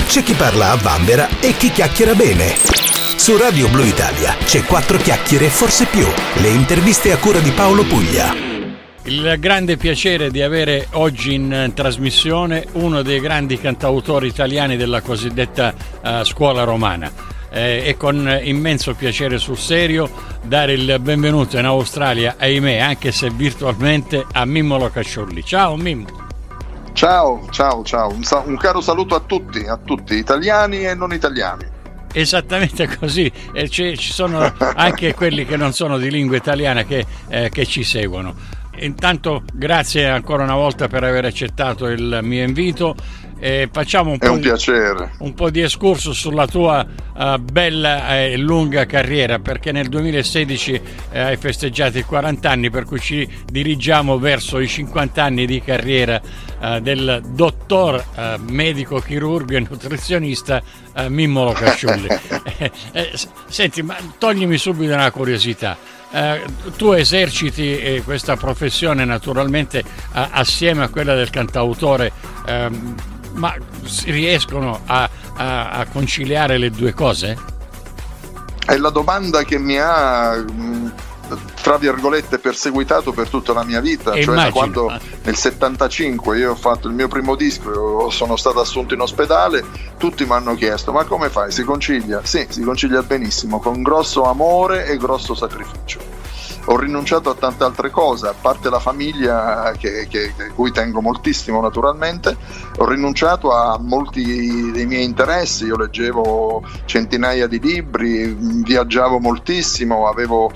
c'è chi parla a vanvera e chi chiacchiera bene. Su Radio Blu Italia c'è 4 chiacchiere e forse più. Le interviste a cura di Paolo Puglia. Il grande piacere di avere oggi in trasmissione uno dei grandi cantautori italiani della cosiddetta scuola romana. E con immenso piacere sul serio dare il benvenuto in Australia, ahimè, anche se virtualmente, a Mimmo Locasciulli. Ciao Mimmo. Ciao. Un caro saluto a tutti, italiani e non italiani. Esattamente così, e ci sono anche quelli che non sono di lingua italiana che ci seguono. Intanto grazie ancora una volta per aver accettato il mio invito. Facciamo un po' di excursus sulla tua bella e lunga carriera, perché nel 2016 hai festeggiato i 40 anni, per cui ci dirigiamo verso i 50 anni di carriera del dottor medico chirurgo e nutrizionista Mimmo Locasciulli. Senti, ma toglimi subito una curiosità. Tu eserciti questa professione naturalmente assieme a quella del cantautore, ma si riescono a conciliare le due cose? È la domanda che mi ha, tra virgolette, perseguitato per tutta la mia vita, cioè da quando nel 75 io ho fatto il mio primo disco, sono stato assunto in ospedale, tutti mi hanno chiesto: ma come fai? Si concilia? Sì, si concilia benissimo, con grosso amore e grosso sacrificio. Ho rinunciato a tante altre cose, a parte la famiglia cui tengo moltissimo naturalmente. Ho rinunciato a molti dei miei interessi. Io leggevo centinaia di libri, viaggiavo moltissimo,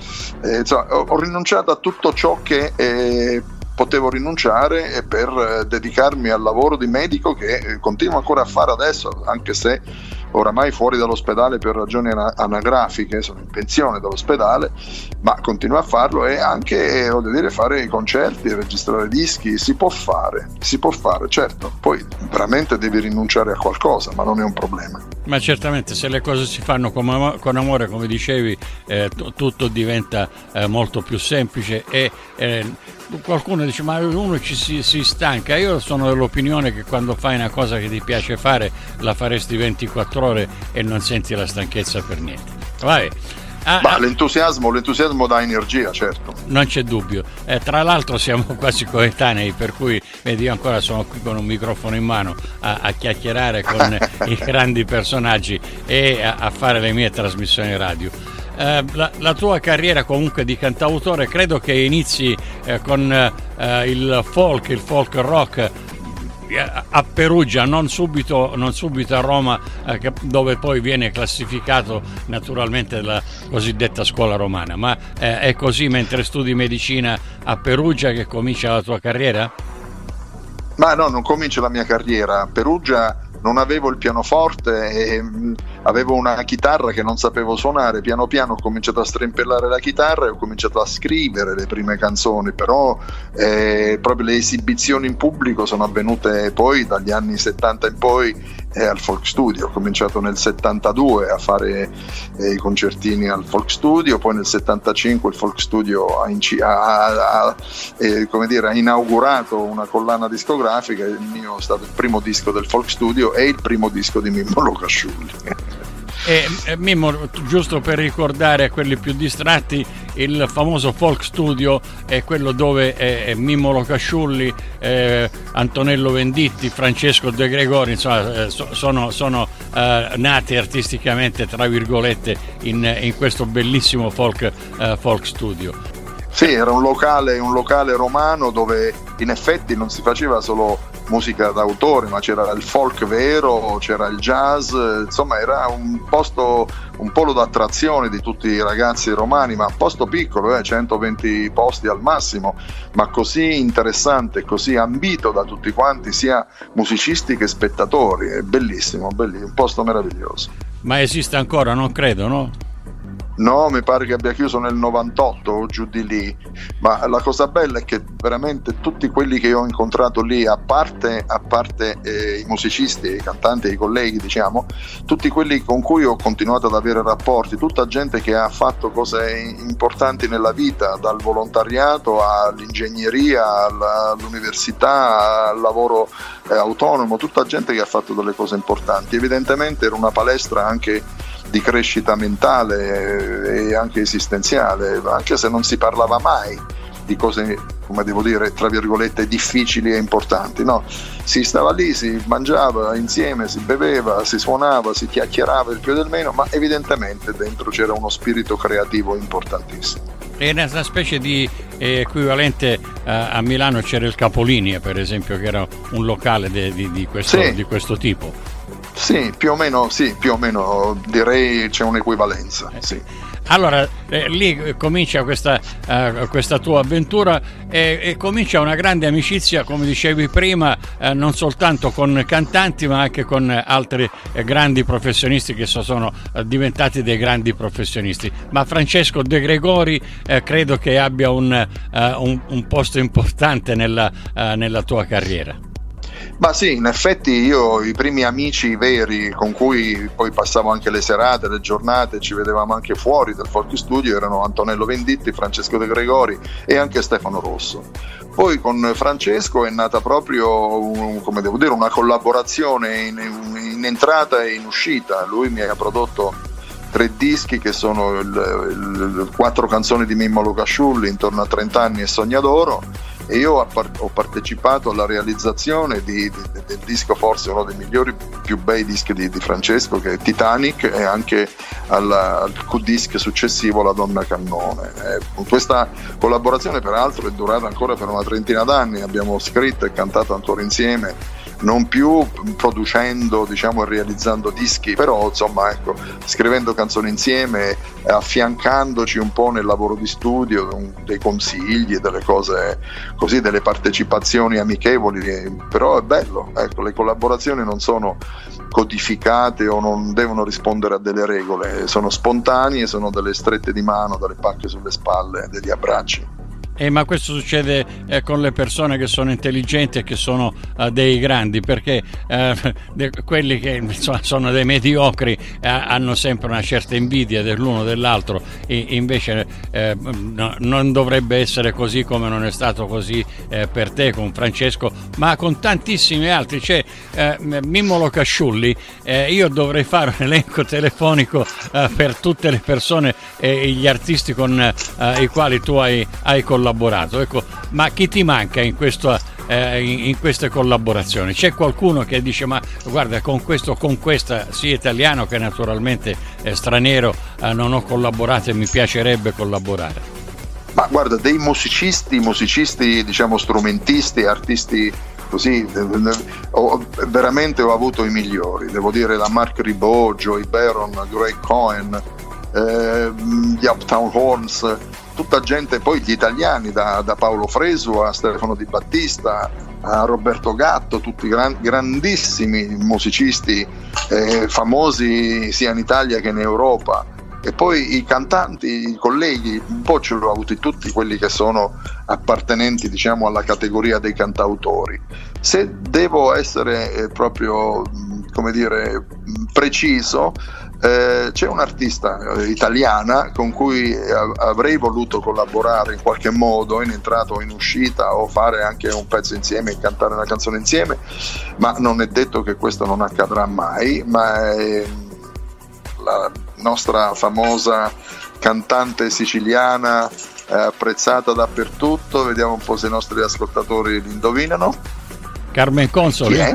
ho rinunciato a tutto ciò che potevo rinunciare per dedicarmi al lavoro di medico, che continuo ancora a fare adesso, anche se oramai fuori dall'ospedale per ragioni anagrafiche, sono in pensione dall'ospedale, ma continuo a farlo, e anche, voglio dire, fare i concerti, registrare dischi. Si può fare, certo, poi veramente devi rinunciare a qualcosa, ma non è un problema. Ma certamente, se le cose si fanno con amore, come dicevi, tutto diventa molto più semplice. E qualcuno dice: ma uno si stanca. Io sono dell'opinione che quando fai una cosa che ti piace fare, la faresti 24 ore e non senti la stanchezza per niente. Vai. L'entusiasmo dà energia, certo. Non c'è dubbio. Tra l'altro siamo quasi coetanei, per cui vedi, io ancora sono qui con un microfono in mano a chiacchierare con i grandi personaggi e a fare le mie trasmissioni radio. La tua carriera comunque di cantautore credo che inizi con il folk rock a Perugia, non subito a Roma, dove poi viene classificato naturalmente la cosiddetta scuola romana. Ma è così, mentre studi medicina a Perugia, che comincia la tua carriera? Ma no, non comincia la mia carriera. A Perugia non avevo il pianoforte e avevo una chitarra che non sapevo suonare. Piano piano ho cominciato a strimpellare la chitarra e ho cominciato a scrivere le prime canzoni, però proprio le esibizioni in pubblico sono avvenute poi dagli anni 70 in poi al Folk Studio. Ho cominciato nel 72 a fare i concertini al Folk Studio, poi nel 75 il Folk Studio ha inaugurato una collana discografica. Il mio è stato il primo disco del Folk Studio e il primo disco di Mimmo Locasciulli. Mimmo, giusto per ricordare a quelli più distratti, il famoso Folk Studio è quello dove Mimmo Locasciulli, Antonello Venditti, Francesco De Gregori, insomma, sono nati artisticamente, tra virgolette, in questo bellissimo folk studio. Sì, era un locale romano dove in effetti non si faceva solo musica d'autore, ma c'era il folk vero, c'era il jazz, insomma era un polo d'attrazione di tutti i ragazzi romani, ma un posto piccolo, 120 posti al massimo, ma così interessante, così ambito da tutti quanti, sia musicisti che spettatori. È bellissimo, un posto meraviglioso. Ma esiste ancora? Non credo, no? No, mi pare che abbia chiuso nel 98 o giù di lì, ma la cosa bella è che veramente tutti quelli che ho incontrato lì, a parte i musicisti, i cantanti, i colleghi, diciamo, tutti quelli con cui ho continuato ad avere rapporti, tutta gente che ha fatto cose importanti nella vita, dal volontariato all'ingegneria, all'università, al lavoro autonomo, tutta gente che ha fatto delle cose importanti. Evidentemente era una palestra anche di crescita mentale e anche esistenziale, anche se non si parlava mai di cose, come devo dire, tra virgolette, difficili e importanti, no? Si stava lì, si mangiava insieme, si beveva, si suonava, si chiacchierava il più del meno, ma evidentemente dentro c'era uno spirito creativo importantissimo. E una specie di equivalente a Milano c'era il Capolinea, per esempio, che era un locale di questo tipo. Sì, più o meno direi c'è un'equivalenza. Sì. Allora, lì comincia questa tua avventura e comincia una grande amicizia, come dicevi prima, non soltanto con cantanti ma anche con altri grandi professionisti che sono diventati dei grandi professionisti. Ma Francesco De Gregori credo che abbia un posto importante nella tua carriera. Ma sì, in effetti io i primi amici veri con cui poi passavo anche le serate, le giornate, ci vedevamo anche fuori dal Folk Studio erano Antonello Venditti, Francesco De Gregori e anche Stefano Rosso. Poi con Francesco è nata proprio una collaborazione in entrata e in uscita. Lui mi ha prodotto 3 dischi che sono 4 canzoni di Mimmo Locasciulli, Intorno a 30 anni e Sogna d'Oro, e io ho partecipato alla realizzazione del disco, forse uno dei migliori, più bei dischi di Francesco, che è Titanic, e anche al Q-disc successivo La Donna Cannone. Questa collaborazione peraltro è durata ancora per una 30 d'anni, abbiamo scritto e cantato ancora insieme, non più producendo, diciamo, e realizzando dischi, però insomma, ecco, scrivendo canzoni insieme, affiancandoci un po' nel lavoro di studio, dei consigli, delle cose così, delle partecipazioni amichevoli. Però è bello, ecco, le collaborazioni non sono codificate o non devono rispondere a delle regole, sono spontanee, sono delle strette di mano, delle pacche sulle spalle, degli abbracci. Ma questo succede con le persone che sono intelligenti e che sono dei grandi, perché quelli che sono dei mediocri hanno sempre una certa invidia dell'uno dell'altro, e invece non dovrebbe essere così, come non è stato così per te con Francesco, ma con tantissimi altri. C'è Mimmo Locasciulli, io dovrei fare un elenco telefonico per tutte le persone e gli artisti con i quali tu hai collaborato. Ecco, ma chi ti manca in queste collaborazioni? C'è qualcuno che dice: ma guarda, con questa, sia italiano che naturalmente straniero, non ho collaborato e mi piacerebbe collaborare? Ma guarda, dei musicisti, diciamo strumentisti, artisti così, veramente ho avuto i migliori, devo dire, da Mark Ribot, Joey Baron, Greg Cohen, gli Uptown Horns, tutta gente, poi gli italiani, da Paolo Fresu a Stefano Di Battista a Roberto Gatto, tutti grandissimi musicisti, famosi sia in Italia che in Europa. E poi i cantanti, i colleghi, un po' ce l'ho avuti tutti quelli che sono appartenenti, diciamo, alla categoria dei cantautori. Se devo essere proprio, come dire, preciso, c'è un'artista italiana con cui avrei voluto collaborare in qualche modo, in entrata o in uscita, o fare anche un pezzo insieme, cantare una canzone insieme, ma non è detto che questo non accadrà mai. Ma è la nostra famosa cantante siciliana, apprezzata dappertutto. Vediamo un po' se i nostri ascoltatori l'indovinano. Carmen Consoli. Chi è?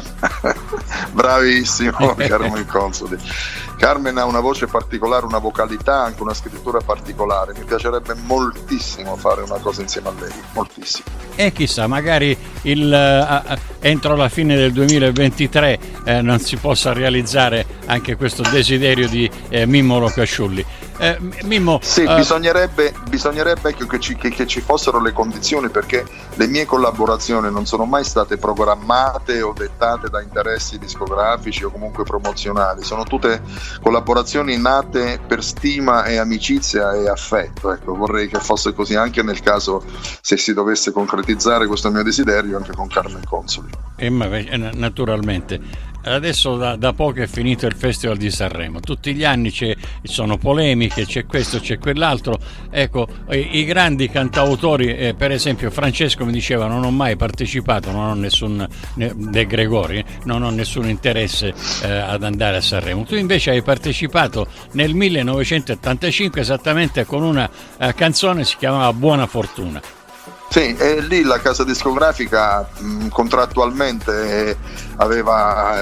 Bravissimo, Carmen Consoli. Carmen ha una voce particolare, una vocalità, anche una scrittura particolare. Mi piacerebbe moltissimo fare una cosa insieme a lei, moltissimo. E chissà, magari entro la fine del 2023 non si possa realizzare anche questo desiderio di Mimmo Locasciulli. Mimmo, sì, bisognerebbe che ci fossero le condizioni, perché le mie collaborazioni non sono mai state programmate o dettate da interessi discografici o comunque promozionali, sono tutte collaborazioni nate per stima e amicizia e affetto. Ecco, vorrei che fosse così anche nel caso, se si dovesse concretizzare questo mio desiderio, anche con Carmen Consoli. Naturalmente. Adesso da poco è finito il Festival di Sanremo, tutti gli anni ci sono polemiche, c'è questo, c'è quell'altro. Ecco, i grandi cantautori, per esempio Francesco mi diceva: non ho mai partecipato, non ho nessun, De Gregori, non ho nessun interesse ad andare a Sanremo. Tu invece hai partecipato nel 1985 esattamente con una canzone, si chiamava Buona Fortuna. Sì, e lì la casa discografica contrattualmente aveva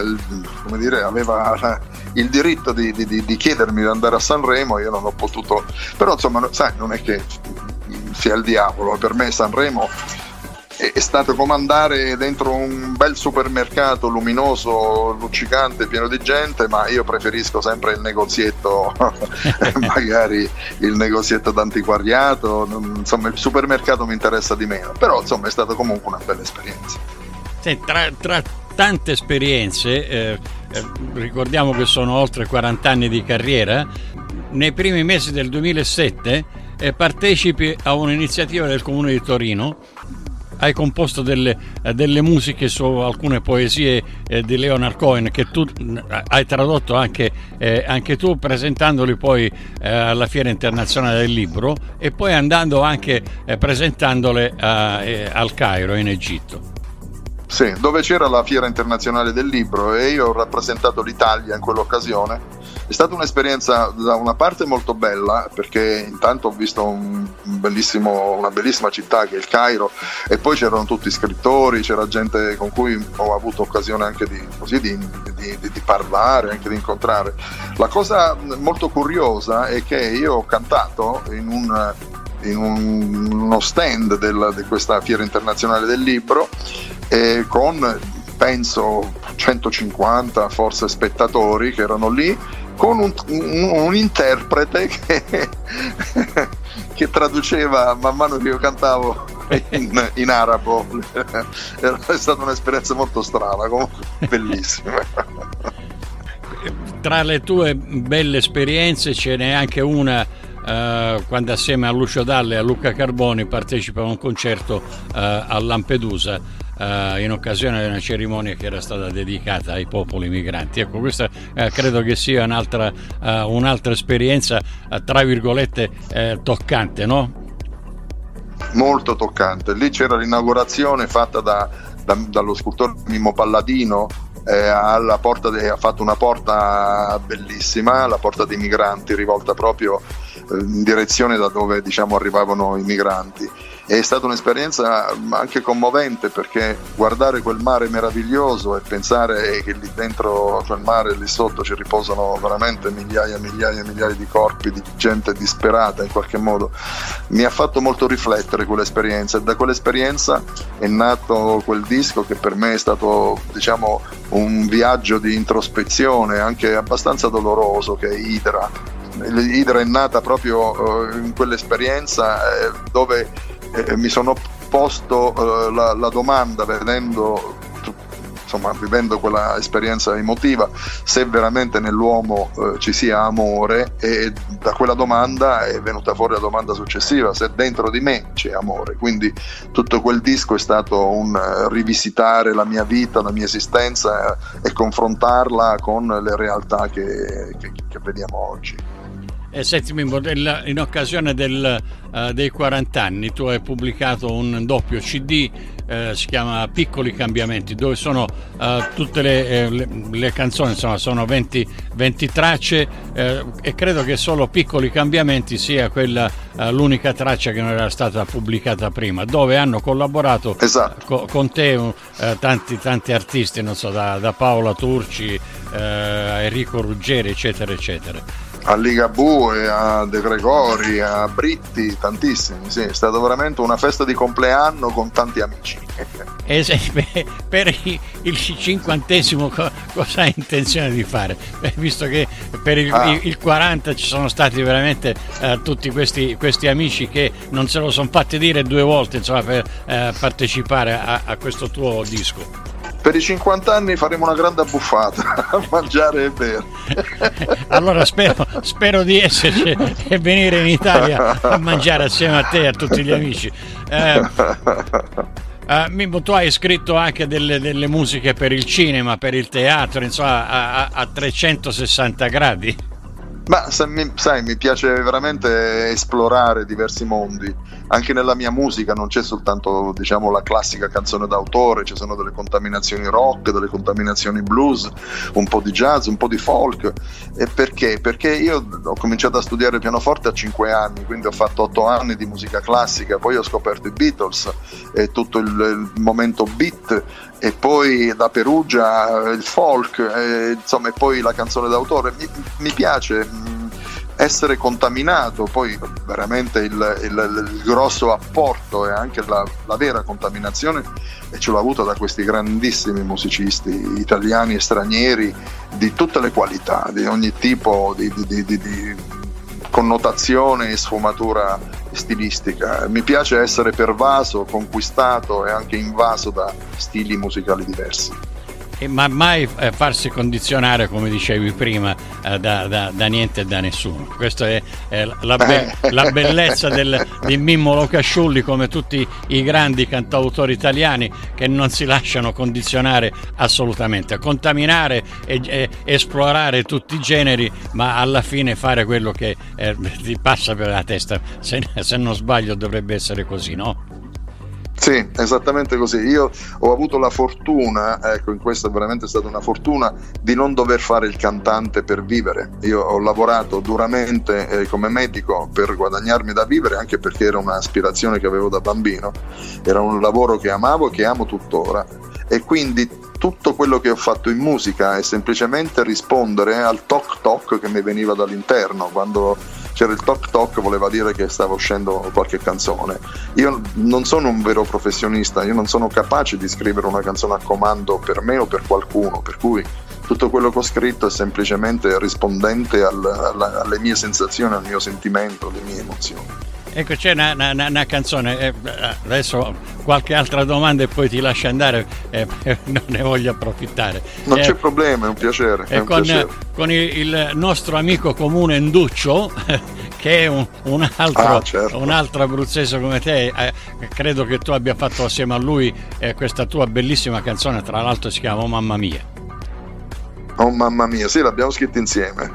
il diritto di chiedermi di andare a Sanremo. Io non ho potuto, però insomma, sai, non è che sia il diavolo. Per me Sanremo è stato come andare dentro un bel supermercato luminoso, luccicante, pieno di gente, ma io preferisco sempre il negozietto, magari il negozietto d'antiquariato, insomma il supermercato mi interessa di meno, però insomma è stata comunque una bella esperienza. Sì, tra tante esperienze, ricordiamo che sono oltre 40 anni di carriera, nei primi mesi del 2007 partecipi a un'iniziativa del Comune di Torino. Hai composto delle musiche su alcune poesie di Leonard Cohen che tu hai tradotto anche tu, presentandoli poi alla Fiera Internazionale del Libro e poi andando anche presentandole al Cairo, in Egitto. Sì, dove c'era la Fiera Internazionale del Libro e io ho rappresentato l'Italia in quell'occasione. È stata un'esperienza da una parte molto bella, perché intanto ho visto una bellissima città che è il Cairo, e poi c'erano tutti scrittori, c'era gente con cui ho avuto occasione anche di parlare, anche di incontrare. La cosa molto curiosa è che io ho cantato in uno stand di questa Fiera Internazionale del Libro, con penso 150 forse spettatori che erano lì, con un interprete che traduceva man mano che io cantavo in arabo. È stata un'esperienza molto strana, comunque bellissima. Tra le tue belle esperienze ce n'è anche una quando assieme a Lucio Dalla e a Luca Carboni partecipa a un concerto a Lampedusa, in occasione di una cerimonia che era stata dedicata ai popoli migranti. Ecco, questa credo che sia un'altra esperienza tra virgolette toccante, no? Molto toccante. Lì c'era l'inaugurazione fatta dallo scultore Mimmo Palladino, ha fatto una porta bellissima, la porta dei migranti, rivolta proprio in direzione da dove arrivavano i migranti. È stata un'esperienza anche commovente, perché guardare quel mare meraviglioso e pensare che lì dentro quel mare, lì sotto, ci riposano veramente migliaia e migliaia di corpi di gente disperata in qualche modo, mi ha fatto molto riflettere quell'esperienza, e da quell'esperienza è nato quel disco che per me è stato un viaggio di introspezione anche abbastanza doloroso, che è Idra. Idra è nata proprio in quell'esperienza dove mi sono posto la domanda, vivendo quella esperienza emotiva, se veramente nell'uomo ci sia amore, e da quella domanda è venuta fuori la domanda successiva: se dentro di me c'è amore. Quindi tutto quel disco è stato un rivisitare la mia vita, la mia esistenza, e confrontarla con le realtà che vediamo oggi. Senti Mimmo, in occasione dei 40 anni tu hai pubblicato un doppio CD, si chiama Piccoli Cambiamenti, dove sono tutte le canzoni, insomma sono 20 tracce, e credo che solo Piccoli Cambiamenti sia l'unica traccia che non era stata pubblicata prima, dove hanno collaborato con te tanti artisti, non so, da Paola Turci a Enrico Ruggeri, eccetera eccetera. A Ligabue, a De Gregori, a Britti, tantissimi, sì, è stata veramente una festa di compleanno con tanti amici. Per il 50° cosa hai intenzione di fare? Visto che per il 40 ci sono stati veramente tutti questi amici che non se lo sono fatti dire due volte, insomma, per partecipare a questo tuo disco. Per i 50 anni faremo una grande abbuffata a mangiare e bere. Allora spero di esserci e venire in Italia a mangiare assieme a te e a tutti gli amici. Mimmo, tu hai scritto anche delle musiche per il cinema, per il teatro, insomma a 360 gradi. Ma mi piace veramente esplorare diversi mondi. Anche nella mia musica non c'è soltanto, diciamo, la classica canzone d'autore, ci sono delle contaminazioni rock, delle contaminazioni blues, un po' di jazz, un po' di folk. E perché? Perché io ho cominciato a studiare pianoforte a 5 anni, quindi ho fatto 8 anni di musica classica, poi ho scoperto i Beatles e tutto il momento beat, e poi da Perugia il folk, insomma, e poi la canzone d'autore. Mi piace essere contaminato, poi veramente il grosso apporto e anche la vera contaminazione e ce l'ho avuta da questi grandissimi musicisti italiani e stranieri di tutte le qualità, di ogni tipo di connotazione e sfumatura stilistica. Mi piace essere pervaso, conquistato e anche invaso da stili musicali diversi. Ma mai farsi condizionare, come dicevi prima, da niente e da nessuno. Questa è la bellezza di Mimmo Locasciulli, come tutti i grandi cantautori italiani, che non si lasciano condizionare assolutamente, contaminare e esplorare tutti i generi, ma alla fine fare quello che ti passa per la testa. Se non sbaglio dovrebbe essere così, no? Sì, esattamente così. Io ho avuto la fortuna, ecco, in questo è veramente stata una fortuna, di non dover fare il cantante per vivere. Io ho lavorato duramente come medico per guadagnarmi da vivere, anche perché era un'aspirazione che avevo da bambino, era un lavoro che amavo e che amo tuttora, e quindi tutto quello che ho fatto in musica è semplicemente rispondere al toc toc che mi veniva dall'interno. Quando c'era il toc toc voleva dire che stava uscendo qualche canzone. Io non sono un vero professionista, io non sono capace di scrivere una canzone a comando per me o per qualcuno, per cui tutto quello che ho scritto è semplicemente rispondente alle mie sensazioni, al mio sentimento, alle mie emozioni. Ecco, c'è una canzone, adesso qualche altra domanda e poi ti lascio andare, non ne voglio approfittare. Non c'è problema, è un piacere. È un piacere. Con il nostro amico comune Nduccio, che è un altro abruzzese come te, credo che tu abbia fatto assieme a lui questa tua bellissima canzone, tra l'altro si chiama Oh Mamma Mia. Oh mamma mia, sì, l'abbiamo scritto insieme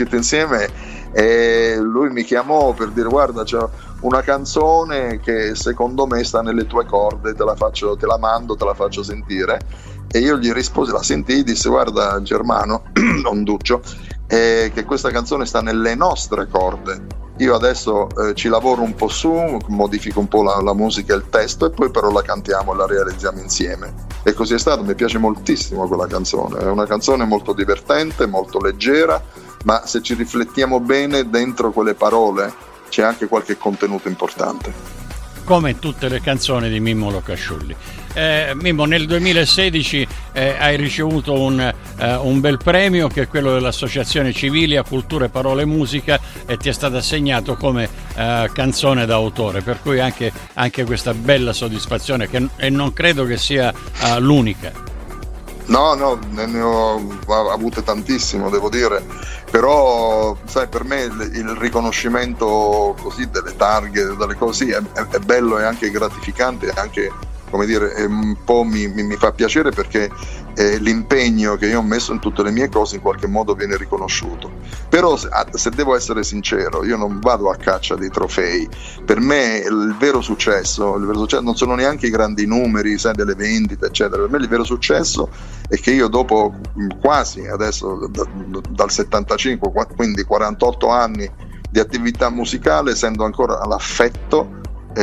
e lui mi chiamò per dire: guarda, c'è una canzone che secondo me sta nelle tue corde, te la mando, te la faccio sentire. E io gli risposi, la sentii, disse: guarda Germano, non Duccio, che questa canzone sta nelle nostre corde. Io adesso ci lavoro un po' su, modifico un po' la musica e il testo, e poi però la cantiamo e la realizziamo insieme. E così è stato. Mi piace moltissimo quella canzone, è una canzone molto divertente, molto leggera, ma se ci riflettiamo bene, dentro quelle parole c'è anche qualche contenuto importante. Come in tutte le canzoni di Mimmo Locasciulli. Mimmo, nel 2016 hai ricevuto un bel premio, che è quello dell'Associazione Civile Cultura, Parole e Musica, e ti è stato assegnato come canzone d'autore, per cui anche questa bella soddisfazione, e non credo che sia l'unica. No, ne ho avute tantissimo, devo dire, però sai, per me il riconoscimento così delle targhe, delle cose è bello e anche gratificante, e anche, come dire, un po' mi fa piacere, perché l'impegno che io ho messo in tutte le mie cose in qualche modo viene riconosciuto. Però se devo essere sincero, io non vado a caccia dei trofei. Per me il vero successo non sono neanche i grandi numeri, sai, delle vendite eccetera. Per me il vero successo è che io, dopo quasi adesso dal 75, quindi 48 anni di attività musicale, sento ancora l'affetto,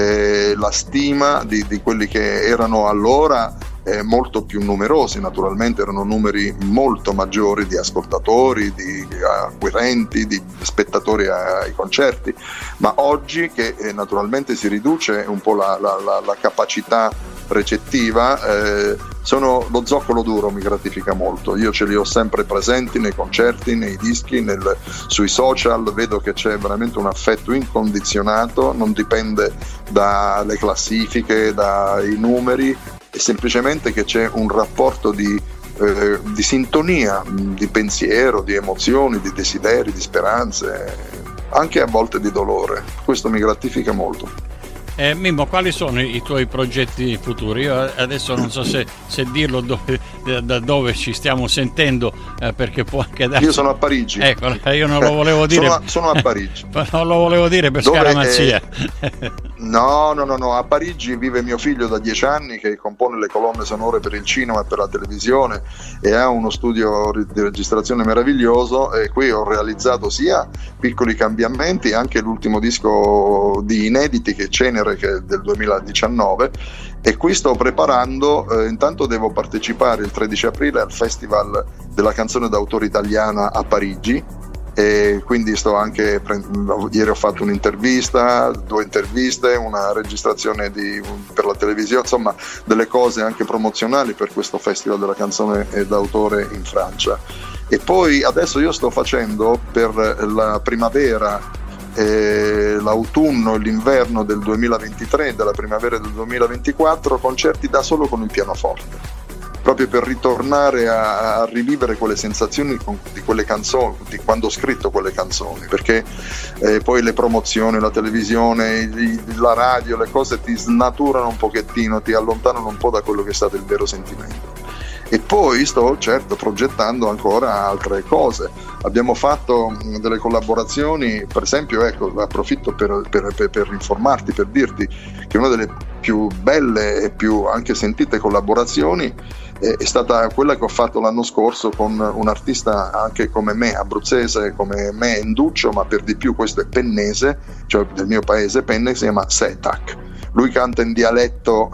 la stima di quelli che erano allora molto più numerosi. Naturalmente erano numeri molto maggiori di ascoltatori, di acquirenti, di spettatori ai concerti, ma oggi che naturalmente si riduce un po' la capacità recettiva, sono lo zoccolo duro, mi gratifica molto. Io ce li ho sempre presenti nei concerti, nei dischi, sui social, vedo che c'è veramente un affetto incondizionato, non dipende dalle classifiche, dai numeri, semplicemente che c'è un rapporto di sintonia, di pensiero, di emozioni, di desideri, di speranze, anche a volte di dolore. Questo mi gratifica molto. Mimmo, quali sono i tuoi progetti futuri? Io adesso non so se dirlo da dove ci stiamo sentendo, perché può anche darsi... Io sono a Parigi. Ecco, io non lo volevo dire. Sono a Parigi. Non lo volevo dire per scaramanzia. No, a Parigi vive mio figlio da 10 anni che compone le colonne sonore per il cinema e per la televisione e ha uno studio di registrazione meraviglioso, e qui ho realizzato sia piccoli cambiamenti, anche l'ultimo disco di inediti che è Cenere, che è del 2019, e qui sto preparando, intanto devo partecipare il 13 aprile al Festival della canzone d'autore italiana a Parigi, e quindi sto anche ieri ho fatto un'intervista, 2 interviste, una registrazione per la televisione, insomma delle cose anche promozionali per questo Festival della canzone d'autore in Francia. E poi adesso io sto facendo per la primavera, l'autunno e l'inverno del 2023 e della primavera del 2024 concerti da solo con il pianoforte, proprio per ritornare a rivivere quelle sensazioni di quelle canzoni, di quando ho scritto quelle canzoni, perché poi le promozioni, la televisione, la radio, le cose ti snaturano un pochettino, ti allontanano un po' da quello che è stato il vero sentimento. E poi sto certo progettando ancora altre cose. Abbiamo fatto delle collaborazioni, per esempio, ecco, approfitto per informarti, per dirti che una delle più belle e più anche sentite collaborazioni è stata quella che ho fatto l'anno scorso con un artista anche come me, abruzzese, come me, Enduccio, ma per di più questo è pennese, cioè del mio paese, Penne, si chiama Setak. Lui canta in dialetto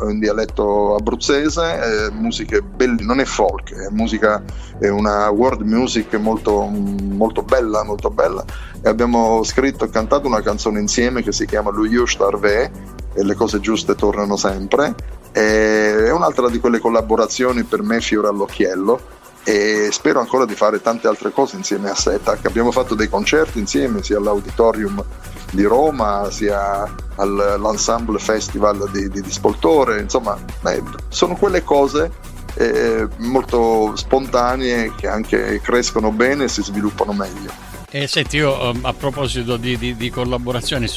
abruzzese, musiche belle, non è folk, è musica, è una world music molto, molto bella, molto bella. E abbiamo scritto e cantato una canzone insieme che si chiama Lu Jushtar Ve, e le cose giuste tornano sempre. È un'altra di quelle collaborazioni per me fiore all'occhiello, e spero ancora di fare tante altre cose insieme a Setak. Abbiamo fatto dei concerti insieme sia all'Auditorium di Roma sia all'Ensemble Festival di Spoltore, insomma sono quelle cose molto spontanee che anche crescono bene e si sviluppano meglio. Senti, io a proposito di collaborazioni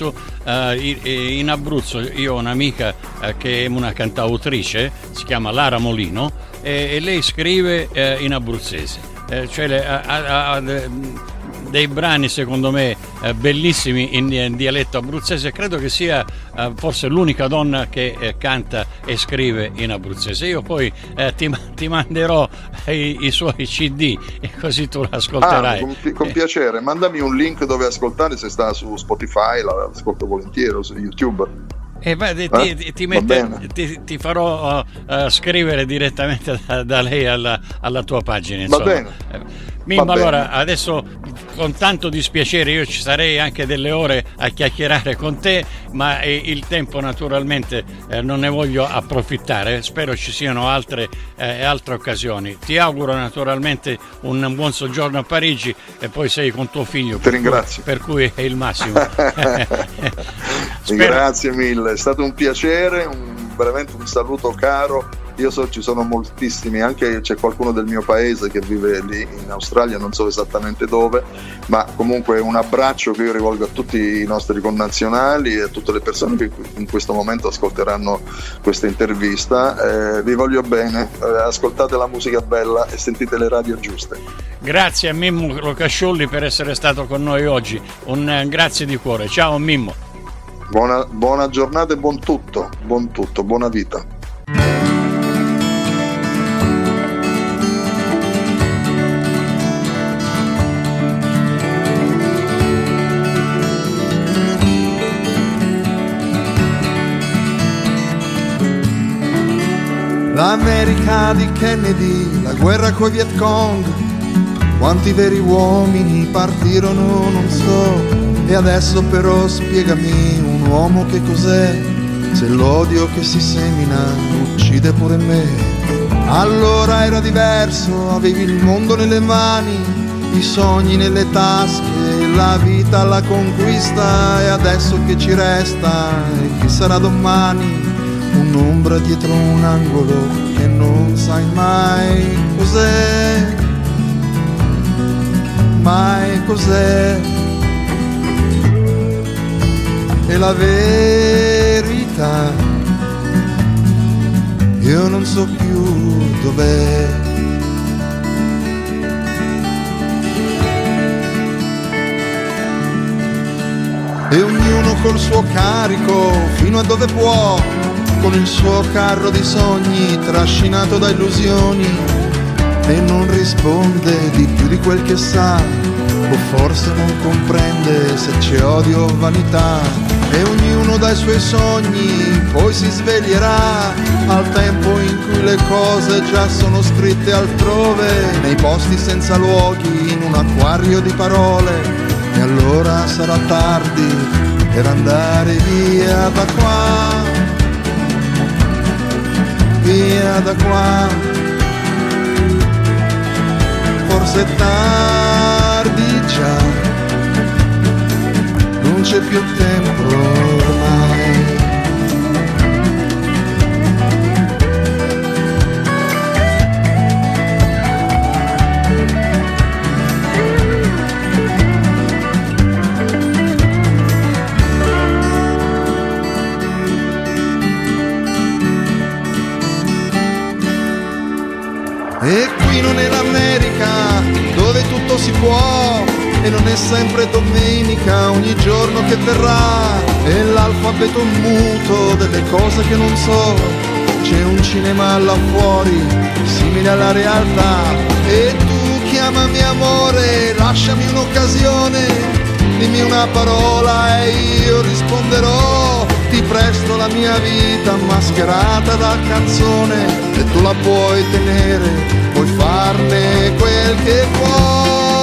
in Abruzzo, io ho un'amica che è una cantautrice, si chiama Lara Molino, e lei scrive in abruzzese, cioè ha dei brani secondo me bellissimi in dialetto abruzzese. Credo che sia forse l'unica donna che canta e scrive in abruzzese. Io poi ti manderò i suoi CD e così tu l'ascolterai. Con piacere, mandami un link dove ascoltare, se sta su Spotify l'ascolto volentieri, o su YouTube. Ti farò scrivere direttamente da lei alla tua pagina, insomma. Va bene. Mimmo, allora adesso con tanto dispiacere io ci sarei anche delle ore a chiacchierare con te, ma il tempo naturalmente non ne voglio approfittare. Spero ci siano altre occasioni. Ti auguro naturalmente un buon soggiorno a Parigi, e poi sei con tuo figlio. Ti ringrazio. Per cui è il massimo. Grazie mille, è stato un piacere, veramente un saluto caro. Io so ci sono moltissimi, anche c'è qualcuno del mio paese che vive lì in Australia, non so esattamente dove, ma comunque un abbraccio che io rivolgo a tutti i nostri connazionali e a tutte le persone che in questo momento ascolteranno questa intervista. Vi voglio bene, ascoltate la musica bella e sentite le radio giuste. Grazie a Mimmo Locasciolli per essere stato con noi oggi, un grazie di cuore. Ciao Mimmo. Buona giornata e buon tutto, buona vita. L'America di Kennedy, la guerra coi Viet Cong, quanti veri uomini partirono non so. E adesso però spiegami, un uomo che cos'è, se l'odio che si semina uccide pure me. Allora era diverso, avevi il mondo nelle mani, i sogni nelle tasche, la vita alla conquista. E adesso che ci resta, e chi sarà domani? un'ombra dietro un angolo che non sai mai cos'è, mai cos'è. E la verità, io non so più dov'è. E ognuno col suo carico, fino a dove può, con il suo carro di sogni trascinato da illusioni, e non risponde di più di quel che sa, o forse non comprende se c'è odio o vanità. E ognuno dai suoi sogni poi si sveglierà al tempo in cui le cose già sono scritte altrove, nei posti senza luoghi, in un acquario di parole. E allora sarà tardi per andare via da qua, via da qua. Forse è tardi già, non c'è più tempo ormai. E qui non è l'America dove tutto si può, e non è sempre domenica ogni giorno che verrà. E l'alfabeto muto delle cose che non so, c'è un cinema là fuori simile alla realtà. E tu chiamami amore, lasciami un'occasione, dimmi una parola e io risponderò. Ti presto la mia vita mascherata da canzone, e tu la puoi tenere, puoi farne quel che vuoi.